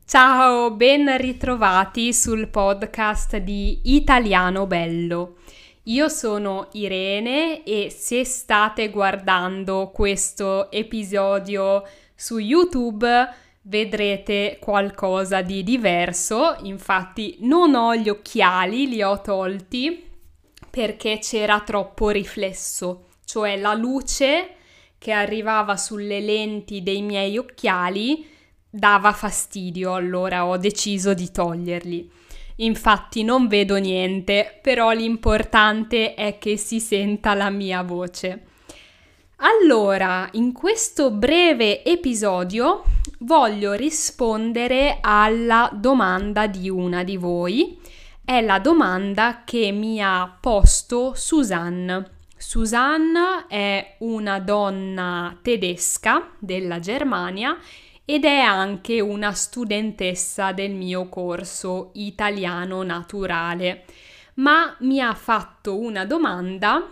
Ciao, ben ritrovati sul podcast di Italiano Bello. Io sono Irene e se state guardando questo episodio su YouTube vedrete qualcosa di diverso. Infatti non ho gli occhiali, li ho tolti perché c'era troppo riflesso, cioè la luce che arrivava sulle lenti dei miei occhiali dava fastidio, allora ho deciso di toglierli. Infatti non vedo niente, però l'importante è che si senta la mia voce. Allora, in questo breve episodio voglio rispondere alla domanda di una di voi. È la domanda che mi ha posto Susanne. Susanne è una donna tedesca della Germania ed è anche una studentessa del mio corso italiano naturale, ma mi ha fatto una domanda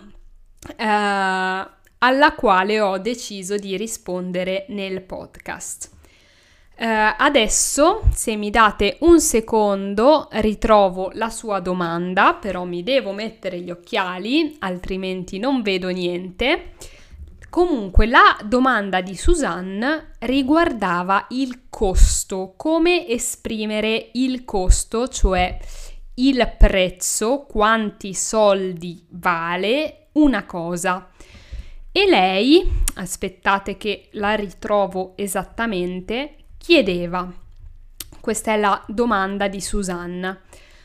alla quale ho deciso di rispondere nel podcast. Adesso, se mi date un secondo, ritrovo la sua domanda, però mi devo mettere gli occhiali, altrimenti non vedo niente. Comunque, la domanda di Susanne riguardava il costo, come esprimere il costo, cioè il prezzo, quanti soldi vale una cosa. E lei, aspettate che la ritrovo esattamente, chiedeva, questa è la domanda di Susanne,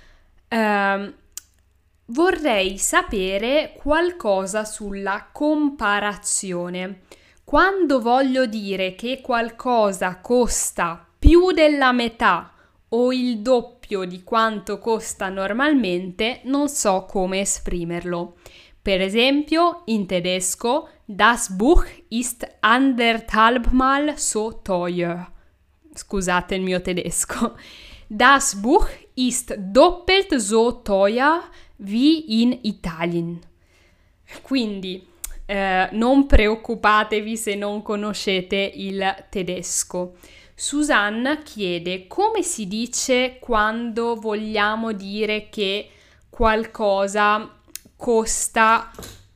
vorrei sapere qualcosa sulla comparazione. Quando voglio dire che qualcosa costa più della metà o il doppio di quanto costa normalmente, non so come esprimerlo. Per esempio, in tedesco, das Buch ist anderthalbmal so teuer. Scusate il mio tedesco. Das Buch ist doppelt so teuer wie in Italien. Quindi non preoccupatevi se non conoscete il tedesco. Susanne chiede come si dice quando vogliamo dire che qualcosa costa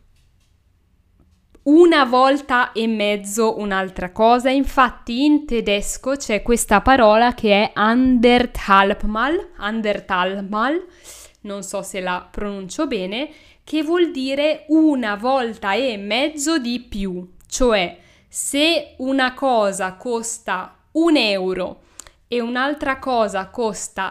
una volta e mezzo un'altra cosa. Infatti in tedesco c'è questa parola che è anderthalbmal, non so se la pronuncio bene, che vuol dire una volta e mezzo di più. Cioè, se una cosa costa 1 euro e un'altra cosa costa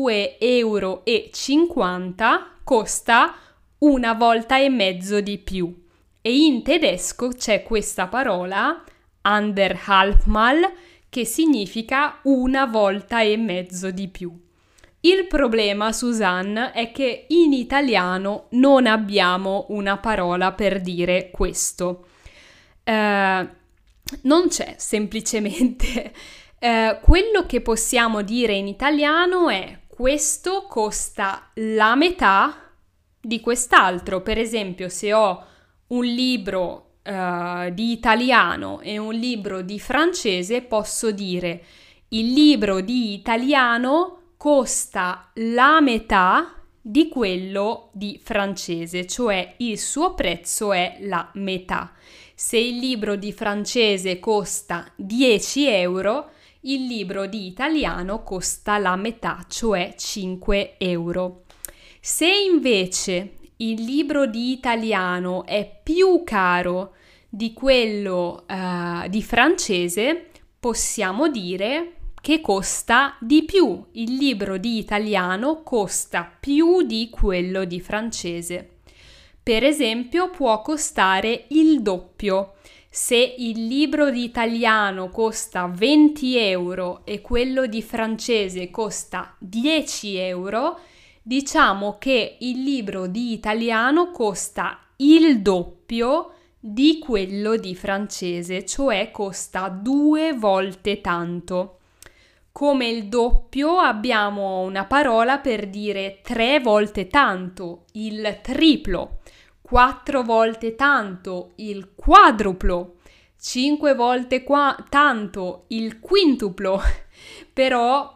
2,50 euro, costa una volta e mezzo di più. E in tedesco c'è questa parola, anderthalbmal, che significa una volta e mezzo di più. Il problema, Susanne, è che in italiano non abbiamo una parola per dire questo. Non c'è, semplicemente. Quello che possiamo dire in italiano è questo costa la metà di quest'altro. Per esempio, se ho un libro di italiano e un libro di francese, posso dire il libro di italiano costa la metà di quello di francese, cioè il suo prezzo è la metà. Se il libro di francese costa 10 euro, il libro di italiano costa la metà, cioè 5 euro. Se invece il libro di italiano è più caro di quello di francese, possiamo dire che costa di più. Il libro di italiano costa più di quello di francese. Per esempio, può costare il doppio. Se il libro di italiano costa 20 euro e quello di francese costa 10 euro, diciamo che il libro di italiano costa il doppio di quello di francese, cioè costa 2 volte tanto. Come il doppio abbiamo una parola per dire 3 volte tanto, il triplo, 4 volte tanto, il quadruplo, 5 volte tanto, il quintuplo. Però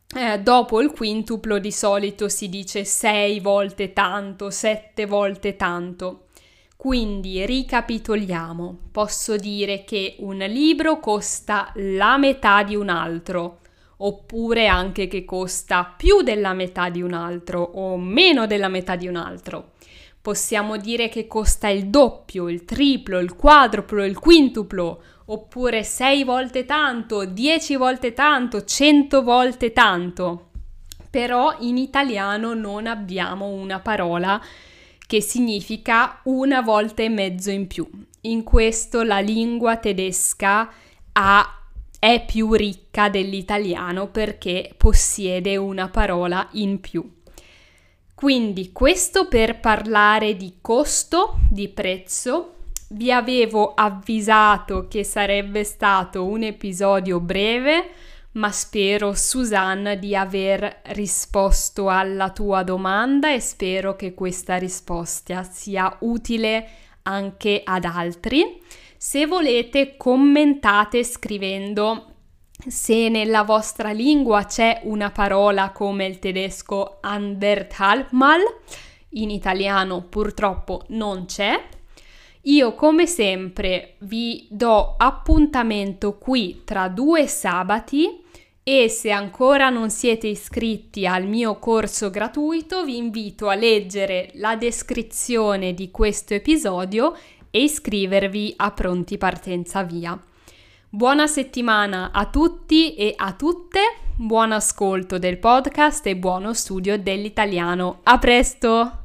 dopo il quintuplo di solito si dice 6 volte tanto, 7 volte tanto. Quindi ricapitoliamo, posso dire che un libro costa la metà di un altro, oppure anche che costa più della metà di un altro o meno della metà di un altro. Possiamo dire che costa il doppio, il triplo, il quadruplo, il quintuplo, oppure 6 volte tanto, 10 volte tanto, 100 volte tanto. Però in italiano non abbiamo una parola che significa una volta e mezzo in più. In questo la lingua tedesca è più ricca dell'italiano perché possiede una parola in più. Quindi questo per parlare di costo, di prezzo. Vi avevo avvisato che sarebbe stato un episodio breve, ma spero, Susanne, di aver risposto alla tua domanda e spero che questa risposta sia utile anche ad altri. Se volete, commentate scrivendo se nella vostra lingua c'è una parola come il tedesco anderthalbmal, in italiano purtroppo non c'è. Io come sempre vi do appuntamento qui tra 2 sabati e se ancora non siete iscritti al mio corso gratuito vi invito a leggere la descrizione di questo episodio e iscrivervi a Pronti Partenza Via. Buona settimana a tutti e a tutte, buon ascolto del podcast e buono studio dell'italiano. A presto!